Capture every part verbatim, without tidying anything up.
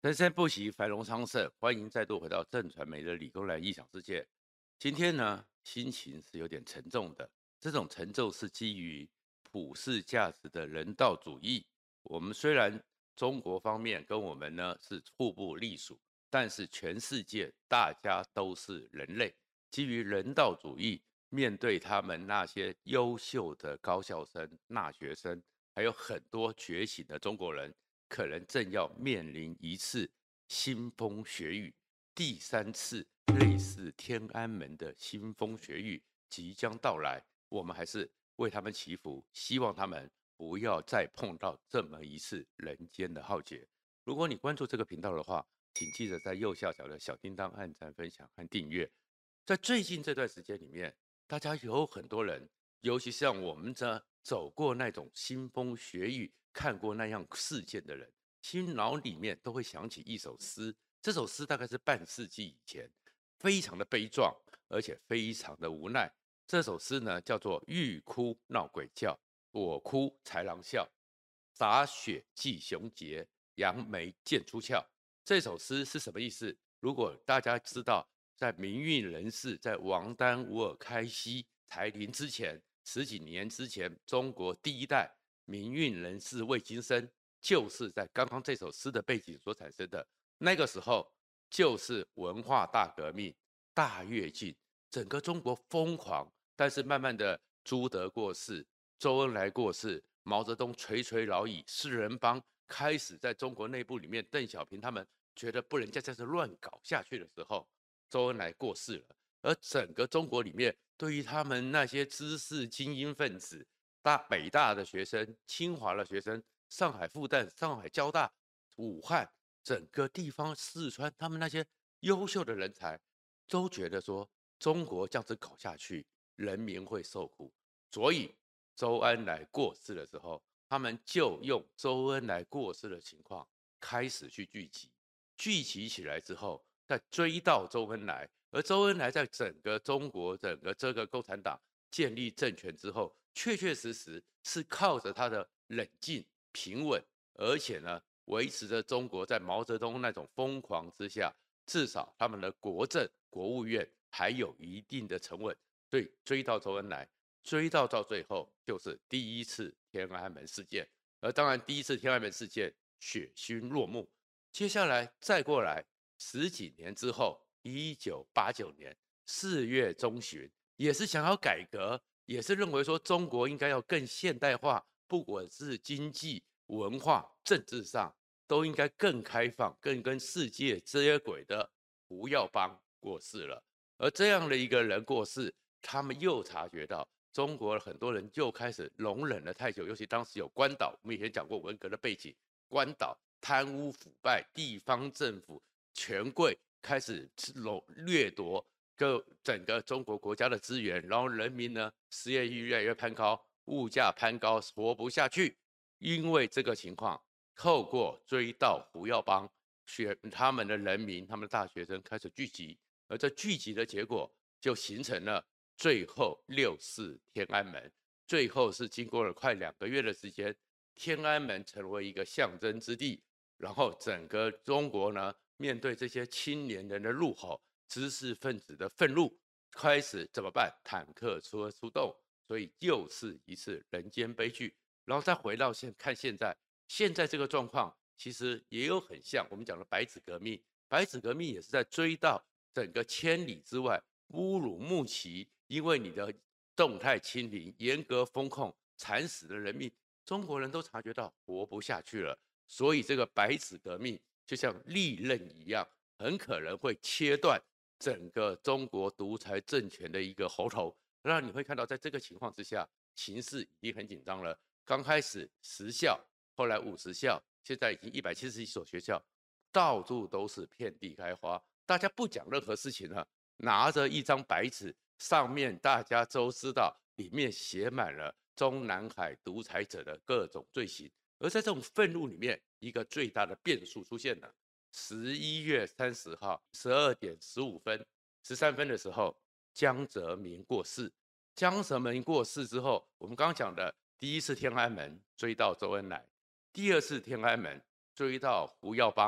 生生不息，繁荣昌盛。欢迎再度回到正传媒的理工男异想世界。今天呢，心情是有点沉重的。这种沉重是基于普世价值的人道主义。我们虽然中国方面跟我们呢是互不隶属，但是全世界大家都是人类。基于人道主义，面对他们那些优秀的高校生、纳学生，还有很多觉醒的中国人。可能正要面临一次腥风血雨，第三次类似天安门的腥风血雨即将到来。我们还是为他们祈福，希望他们不要再碰到这么一次人间的浩劫。如果你关注这个频道的话，请记得在右下角的小叮当按赞、分享和订阅。在最近这段时间里面，大家有很多人，尤其像我们这走过那种腥风血雨、看过那样事件的人，心脑里面都会想起一首诗。这首诗大概是半世纪以前，非常的悲壮，而且非常的无奈。这首诗呢，叫做“欲哭闹鬼叫，我哭豺狼笑。洒血祭雄杰，扬眉剑出鞘”。这首诗是什么意思？如果大家知道，在民运人士在王丹、乌尔开西、台林之前，十几年之前，中国第一代民运人士魏金生，就是在刚刚这首诗的背景所产生的。那个时候，就是文化大革命、大跃进，整个中国疯狂。但是慢慢的，朱德过世，周恩来过世，毛泽东垂垂老矣，四人帮开始在中国内部里面，邓小平他们觉得不能再这样乱搞下去的时候，周恩来过世了。而整个中国里面，对于他们那些知识精英分子，大北大的学生、清华的学生、上海复旦、上海交大、武汉整个地方、四川，他们那些优秀的人才，都觉得说中国这样子搞下去，人民会受苦。所以周恩来过世的时候，他们就用周恩来过世的情况开始去聚集，聚集起来之后，再追到周恩来。而周恩来在整个中国、整个这个共产党建立政权之后，确确实实是靠着他的冷静、平稳，而且呢，维持着中国在毛泽东那种疯狂之下，至少他们的国政、国务院还有一定的沉稳。对，追到周恩来，追到到最后就是第一次天安门事件。而当然，第一次天安门事件血腥落幕。接下来再过来十几年之后，一九八九年四月中旬，也是想要改革，也是认为说中国应该要更现代化，不管是经济、文化、政治上，都应该更开放、更跟世界接轨的胡耀邦过世了。而这样的一个人过世，他们又察觉到中国很多人又开始容忍了太久，尤其当时有关岛，我们以前讲过文革的背景，关岛贪污腐败，地方政府权贵开始掠夺各整个中国国家的资源，然后人民呢失业率越来越攀高，物价攀高，活不下去。因为这个情况，透过追悼胡耀邦，学他们的人民，他们的大学生开始聚集，而这聚集的结果就形成了最后六四天安门。最后是经过了快两个月的时间，天安门成为一个象征之地，然后整个中国呢，面对这些青年人的怒吼，知识分子的愤怒，开始怎么办？坦克出出动，所以又是一次人间悲剧。然后再回到现看现在，现在这个状况其实也有很像我们讲的白纸革命，白纸革命也是在追到整个千里之外乌鲁木齐，因为你的动态清零、严格风控，惨死的人命，中国人都察觉到活不下去了。所以这个白纸革命就像利刃一样，很可能会切断整个中国独裁政权的一个喉头。那你会看到，在这个情况之下，形势已经很紧张了。刚开始十校，后来五十校，现在已经一百七十一所学校，到处都是遍地开花。大家不讲任何事情了，拿着一张白纸，上面大家都知道，里面写满了中南海独裁者的各种罪行。而在这种愤怒里面，一个最大的变数出现了。十一月三十号十二点十五分、十三分的时候，江泽民过世。江泽民过世之后，我们刚刚讲的第一次天安门追到周恩来，第二次天安门追到胡耀邦，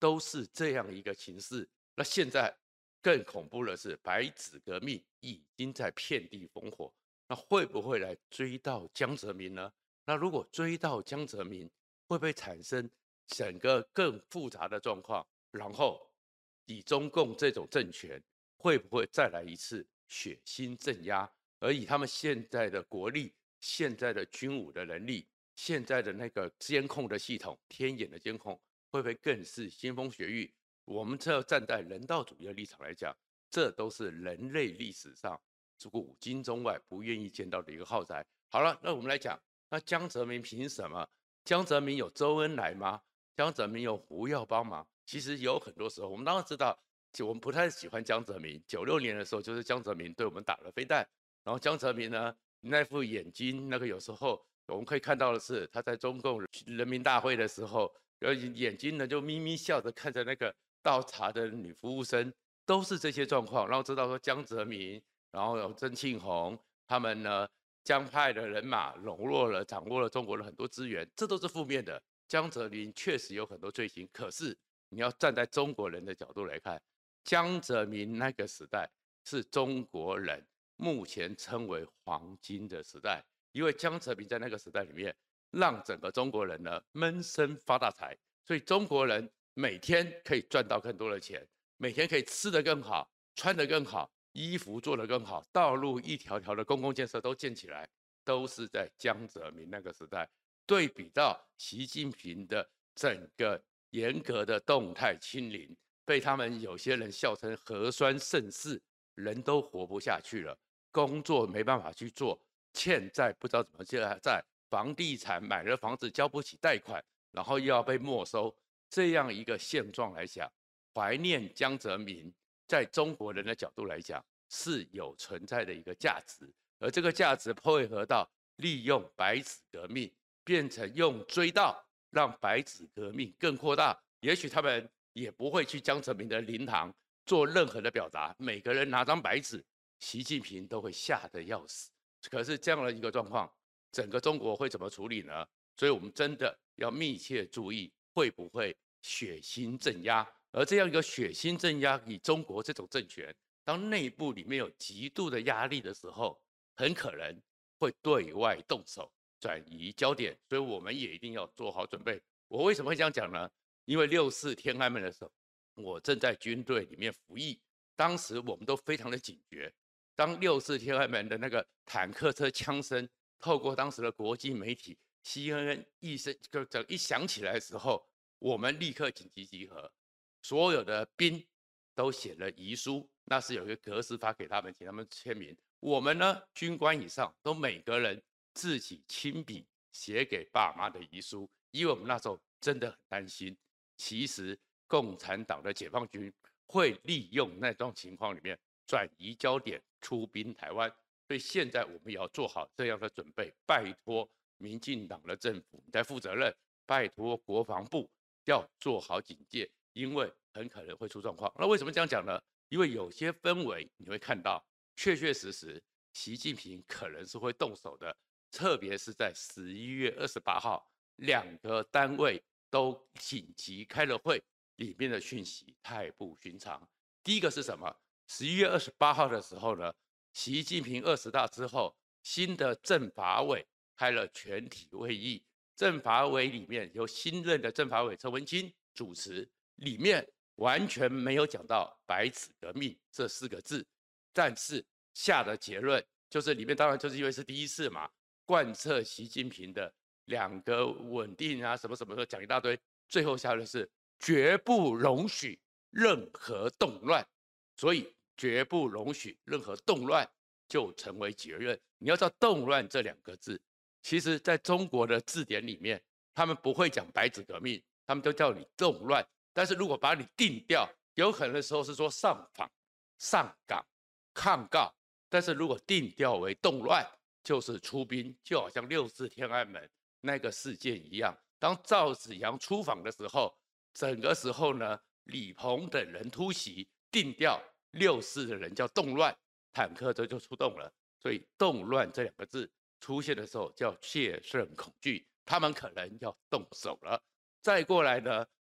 都是这样一个形势。那现在更恐怖的是，白纸革命已经在遍地烽火，那会不会来追到江泽民呢？那如果追到江泽民，会不会产生整个更复杂的状况？然后以中共这种政权，会不会再来一次血腥镇压？而以他们现在的国力、现在的军武的能力、现在的那个监控的系统、天眼的监控，会不会更是腥风血雨？我们这要站在人道主义的立场来讲，这都是人类历史上古今中外不愿意见到的一个浩灾。好了，那我们来讲，那江泽民凭什么？江泽民有周恩来吗？江泽民有胡耀邦吗？其实有很多时候，我们当然知道，就我们不太喜欢江泽民。九六年的时候，就是江泽民对我们打了飞弹，然后江泽民呢那副眼睛，那个有时候我们可以看到的是，他在中共人民大会的时候，眼睛呢就咪咪笑着看着那个倒茶的女服务生，都是这些状况。然后知道说江泽民，然后有曾庆红他们呢，江派的人马笼络了、掌握了中国的很多资源，这都是负面的。江泽民确实有很多罪行，可是你要站在中国人的角度来看，江泽民那个时代是中国人目前称为黄金的时代，因为江泽民在那个时代里面，让整个中国人呢闷声发大财，所以中国人每天可以赚到更多的钱，每天可以吃得更好，穿得更好，衣服做得更好，道路一条条的公共建设都建起来，都是在江泽民那个时代。对比到习近平的整个严格的动态清零，被他们有些人笑成核酸盛世，人都活不下去了，工作没办法去做，欠债不知道怎么债，房地产买了房子交不起贷款，然后又要被没收，这样一个现状来讲，怀念江泽民，在中国人的角度来讲是有存在的一个价值，而这个价值配合到利用白纸革命。变成用追悼让白纸革命更扩大，也许他们也不会去江泽民的灵堂做任何的表达，每个人拿张白纸，习近平都会吓得要死。可是这样的一个状况，整个中国会怎么处理呢？所以我们真的要密切注意，会不会血腥镇压？而这样一个血腥镇压，以中国这种政权，当内部里面有极度的压力的时候，很可能会对外动手。转移焦点，所以我们也一定要做好准备。我为什么会这样讲呢？因为六四天安门的时候，我正在军队里面服役，当时我们都非常的警觉。当六四天安门的那个坦克车枪声透过当时的国际媒体 C N N 一声一响起来的时候，我们立刻紧急集合，所有的兵都写了遗书，那是有一个格式发给他们，请他们签名。我们呢，军官以上都每个人自己亲笔写给爸妈的遗书，因为我们那时候真的很担心，其实共产党的解放军会利用那种情况里面转移焦点，出兵台湾。所以现在我们也要做好这样的准备，拜托民进党的政府你在负责任，拜托国防部要做好警戒，因为很可能会出状况。那为什么这样讲呢？因为有些氛围你会看到，确确实实习近平可能是会动手的。特别是在十一月二十八号，两个单位都紧急开了会，里面的讯息太不寻常。第一个是什么？十一月二十八号的时候呢，习近平二十大之后，新的政法委开了全体会议，政法委里面由新任的政法委陈文清主持，里面完全没有讲到白纸革命这四个字，但是下的结论就是里面当然就是因为是第一次嘛。贯彻习近平的两个稳定啊，什么什么的讲一大堆，最后下的是绝不容许任何动乱，所以绝不容许任何动乱就成为结论。你要知道“动乱”这两个字，其实在中国的字典里面，他们不会讲白纸革命，他们都叫你动乱。但是如果把你定调，有可能的时候是说上访、上岗、抗告，但是如果定调为动乱，就是出兵，就好像六四天安门那个事件一样。当赵紫阳出访的时候，整个时候呢，李鹏等人突袭，定调六四的人叫动乱，坦克车就出动了。所以动乱这两个字出现的时候叫切身恐惧，他们可能要动手了。再过来呢，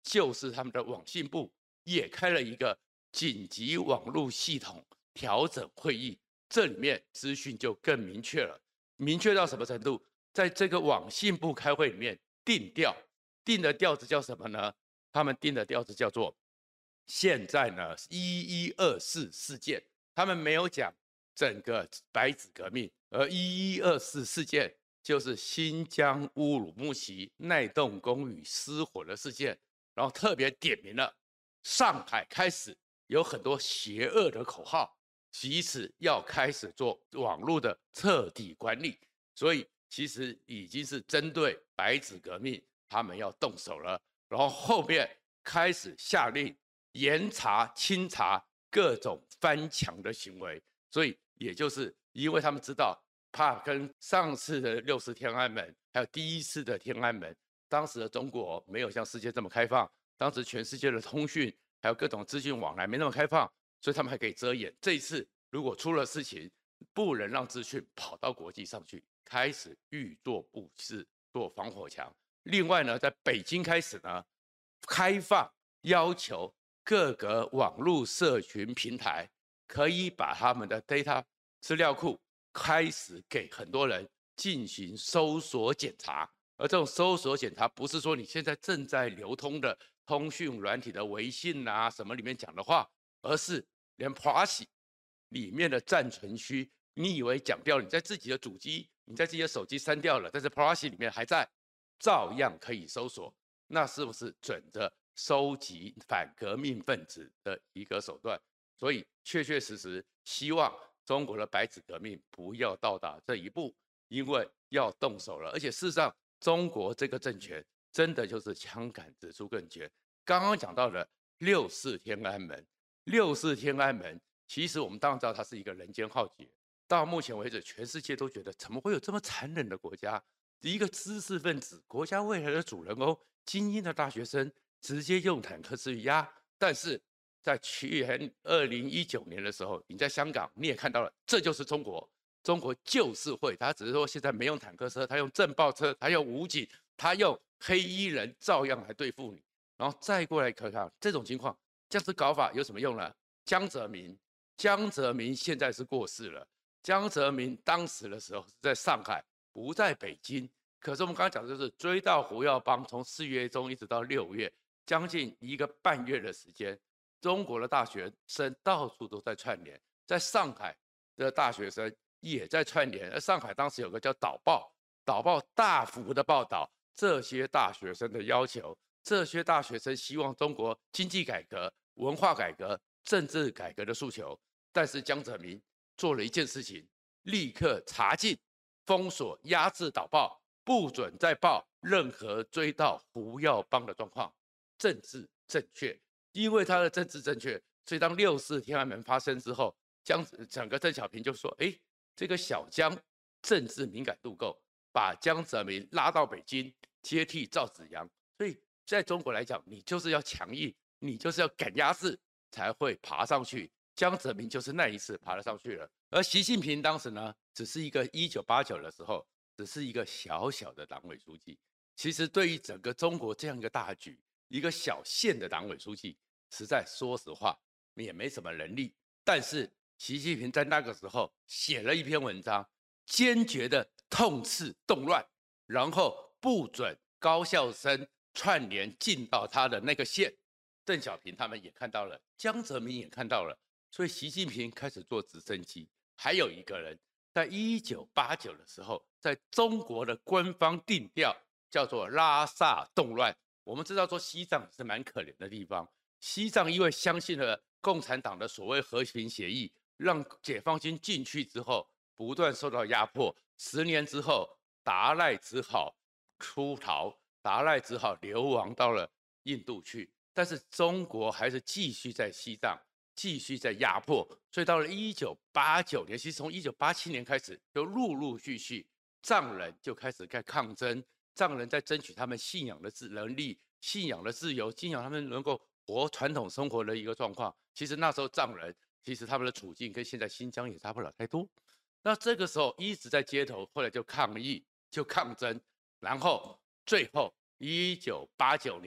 就是他们的网信部也开了一个紧急网络系统调整会议，这里面资讯就更明确了，明确到什么程度？在这个网信部开会里面定调，定的调子叫什么呢？他们定的调子叫做现在呢一一二四事件，他们没有讲整个白纸革命，而一一二四事件就是新疆乌鲁木齐耐冻公寓失火的事件，然后特别点名了上海开始有很多邪恶的口号，其此要开始做网络的彻底管理，所以其实已经是针对白纸革命，他们要动手了。然后后面开始下令严查清查各种翻墙的行为，所以也就是因为他们知道，怕跟上次的六四天安门，还有第一次的天安门，当时的中国没有像世界这么开放，当时全世界的通讯还有各种资讯往来没那么开放，所以他们还可以遮掩。这一次如果出了事情，不能让资讯跑到国际上去，开始预做布置，做防火墙。另外呢，在北京开始呢，开放要求各个网络社群平台可以把他们的 data 资料库开始给很多人进行搜索检查，而这种搜索检查不是说你现在正在流通的通讯软体的微信啊什么里面讲的话，而是连 Prasi 里面的暂存区，你以为讲掉，你在自己的主机，你在自己的手机删掉了，但是 Prasi 里面还在，照样可以搜索。那是不是准着收集反革命分子的一个手段？所以确确实实希望中国的白纸革命不要到达这一步，因为要动手了。而且事实上，中国这个政权真的就是枪杆子出更绝。刚刚讲到的六四天安门，六四天安门，其实我们当然知道它是一个人间浩劫。到目前为止，全世界都觉得怎么会有这么残忍的国家？一个知识分子，国家未来的主人公，精英的大学生，直接用坦克去压。但是在去年二零一九年的时候，你在香港你也看到了，这就是中国。中国就是会，他只是说现在没用坦克车，他用政爆车，他用武警，他用黑衣人，照样来对付你。然后再过来看看这种情况，这样子搞法有什么用呢？江泽民，江泽民现在是过世了。江泽民当时的时候是在上海，不在北京。可是我们刚刚讲的就是追到胡耀邦，从四月中一直到六月，将近一个半月的时间，中国的大学生到处都在串联，在上海的大学生也在串联。而上海当时有个叫导报，导报大幅的报道这些大学生的要求，这些大学生希望中国经济改革、文化改革、政治改革的诉求。但是江泽民做了一件事情，立刻查禁、封锁、压制导报，不准再报任何追到胡耀邦的状况。政治正确，因为他的政治正确，所以当六四天安门发生之后，江整个邓小平就说：“哎，这个小江政治敏感度够，把江泽民拉到北京接替赵紫阳。”所以在中国来讲，你就是要强硬，你就是要敢压制，才会爬上去。江泽民就是那一次爬了上去了。而习近平当时呢，只是一个一九八九的时候，只是一个小小的党委书记。其实对于整个中国这样一个大局，一个小县的党委书记，实在说实话也没什么能力。但是习近平在那个时候写了一篇文章，坚决的痛斥动乱，然后不准高校生串联进到他的那个县。邓小平他们也看到了，江泽民也看到了，所以习近平开始坐直升机。还有一个人，在一九八九的时候，在中国的官方定调叫做拉萨动乱。我们知道说西藏是蛮可怜的地方，西藏因为相信了共产党的所谓和平协议，让解放军进去之后不断受到压迫。十年之后，达赖只好出逃，达赖只好流亡到了印度去。但是中国还是继续在西藏继续在压迫，所以到了一九八九年，其实从一九八七年开始，就陆陆续续藏人就开始在抗争，藏人在争取他们信仰的自能力、信仰的自由、信仰他们能够活传统生活的一个状况。其实那时候藏人其实他们的处境跟现在新疆也差不了太多。那这个时候一直在街头，后来就抗议、就抗争，然后最后一九八九年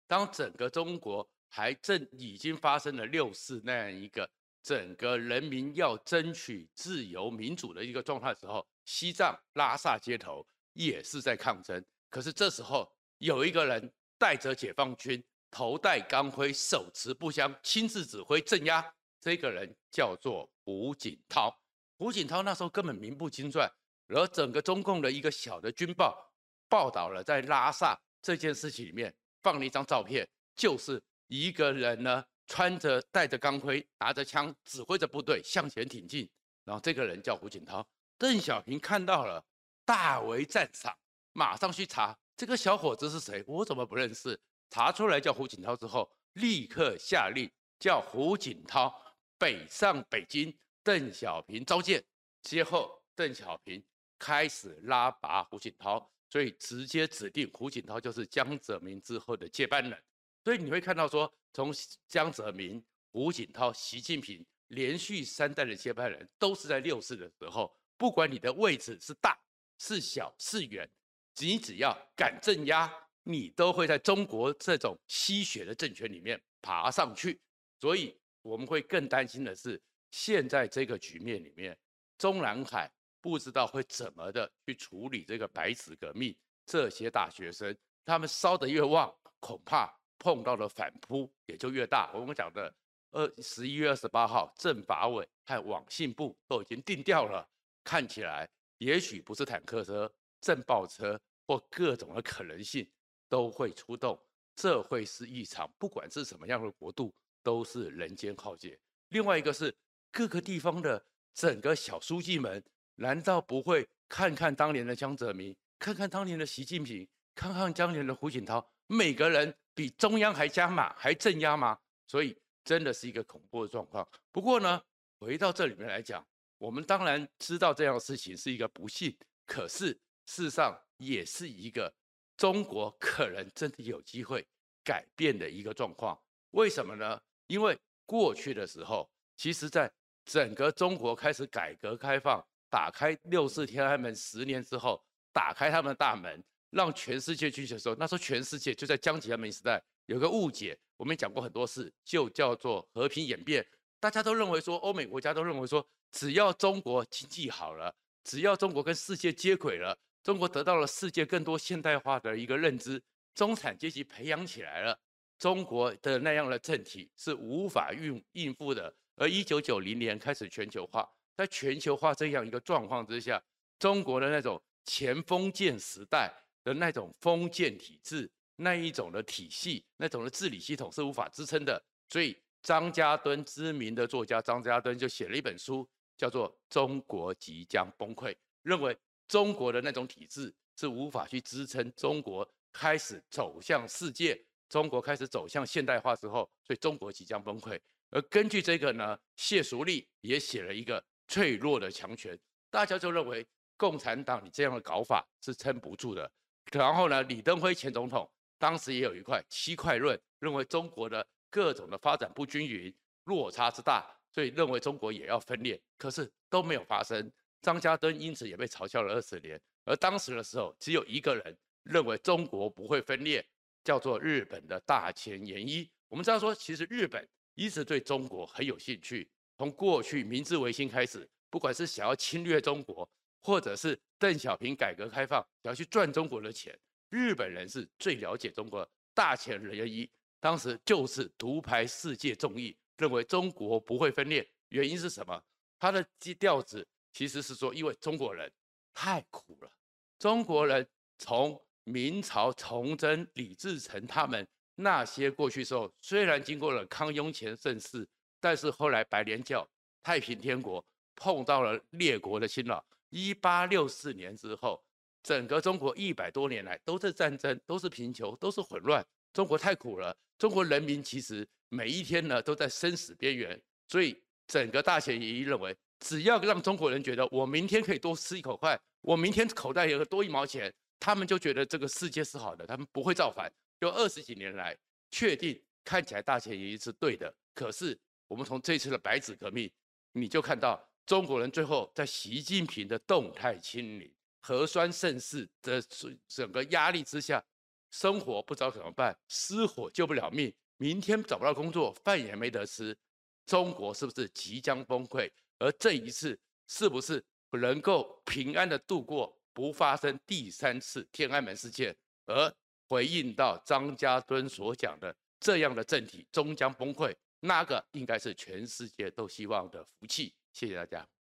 当整个中国还正已经发生了六四那样一个整个人民要争取自由民主的一个状态的时候，西藏拉萨街头也是在抗争。可是这时候有一个人带着解放军，头戴钢盔，手持步枪，亲自指挥镇压。这个人叫做胡锦涛。胡锦涛那时候根本名不经传，而整个中共的一个小的军报报道了在拉萨这件事情里面放了一张照片，就是一个人呢穿着带着钢盔，拿着枪，指挥着部队向前挺进。然后这个人叫胡锦涛。邓小平看到了，大为赞赏，马上去查这个小伙子是谁，我怎么不认识？查出来叫胡锦涛之后，立刻下令叫胡锦涛北上北京。邓小平召见之后，邓小平开始拉拔胡锦涛，所以直接指定胡锦涛就是江泽民之后的接班人。所以你会看到说，从江泽民、胡锦涛、习近平连续三代的接班人，都是在六四的时候，不管你的位置是大是小是远，你只要敢镇压，你都会在中国这种吸血的政权里面爬上去。所以我们会更担心的是，现在这个局面里面，中南海不知道会怎么的去处理这个白纸革命。这些大学生他们烧得越旺，恐怕碰到的反扑也就越大。我们讲的二十一月二十八号，政法委和网信部都已经定调了，看起来也许不是坦克车、震爆车或各种的可能性都会出动。这会是一场不管是什么样的国度，都是人间浩劫。另外一个是各个地方的整个小书记们，难道不会看看当年的江泽民，看看当年的习近平，看看当年的胡锦涛，每个人比中央还加码还镇压吗？所以真的是一个恐怖的状况。不过呢，回到这里面来讲，我们当然知道这样的事情是一个不幸，可是事实上也是一个中国可能真的有机会改变的一个状况。为什么呢？因为过去的时候，其实在整个中国开始改革开放，打开六四天安门十年之后，打开他们的大门，让全世界去的时候，那时候全世界就在江泽民时代有个误解，我们讲过很多次，就叫做和平演变。大家都认为说，欧美国家都认为说，只要中国经济好了，只要中国跟世界接轨了，中国得到了世界更多现代化的一个认知，中产阶级培养起来了，中国的那样的政体是无法应应付的。而一九九零年开始全球化，在全球化这样一个状况之下，中国的那种前封建时代的那种封建体制，那一种的体系，那种的治理系统是无法支撑的。所以张家敦，知名的作家张家敦就写了一本书，叫做《中国即将崩溃》，认为中国的那种体制是无法去支撑中国开始走向世界，中国开始走向现代化之后，所以中国即将崩溃。而根据这个呢，谢淑丽也写了一个脆弱的强权，大家就认为共产党你这样的搞法是撑不住的。然后呢，李登辉前总统当时也有一块七块论，认为中国的各种的发展不均匀，落差之大，所以认为中国也要分裂，可是都没有发生。张家敦因此也被嘲笑了二十年。而当时的时候，只有一个人认为中国不会分裂，叫做日本的大前研一。我们知道说，其实日本一直对中国很有兴趣，从过去明治维新开始，不管是想要侵略中国，或者是邓小平改革开放想要去赚中国的钱，日本人是最了解中国。大前研一当时就是独排世界众议，认为中国不会分裂。原因是什么？他的调子其实是说，因为中国人太苦了，中国人从明朝崇祯、李自成他们那些过去时候，虽然经过了康雍乾盛世，但是后来白莲教、太平天国碰到了列国的侵扰。一八六四年之后，整个中国一百多年来都是战争，都是贫穷，都是混乱。中国太苦了，中国人民其实每一天呢都在生死边缘。所以整个大前研一认为，只要让中国人觉得我明天可以多吃一口饭，我明天口袋有多一毛钱，他们就觉得这个世界是好的，他们不会造反。就二十几年来，确定看起来大前研一是对的。可是我们从这次的白纸革命，你就看到中国人最后在习近平的动态清零、核酸盛世的整个压力之下， 生活不知道怎么办，失火救不了命，明天找不到工作，饭也没得吃，中国是不是即将崩溃？而这一次是不是能够平安的度过，不发生第三次天安门事件？而回应到张家敦所讲的这样的政体终将崩溃，那个应该是全世界都希望的福气。谢谢大家。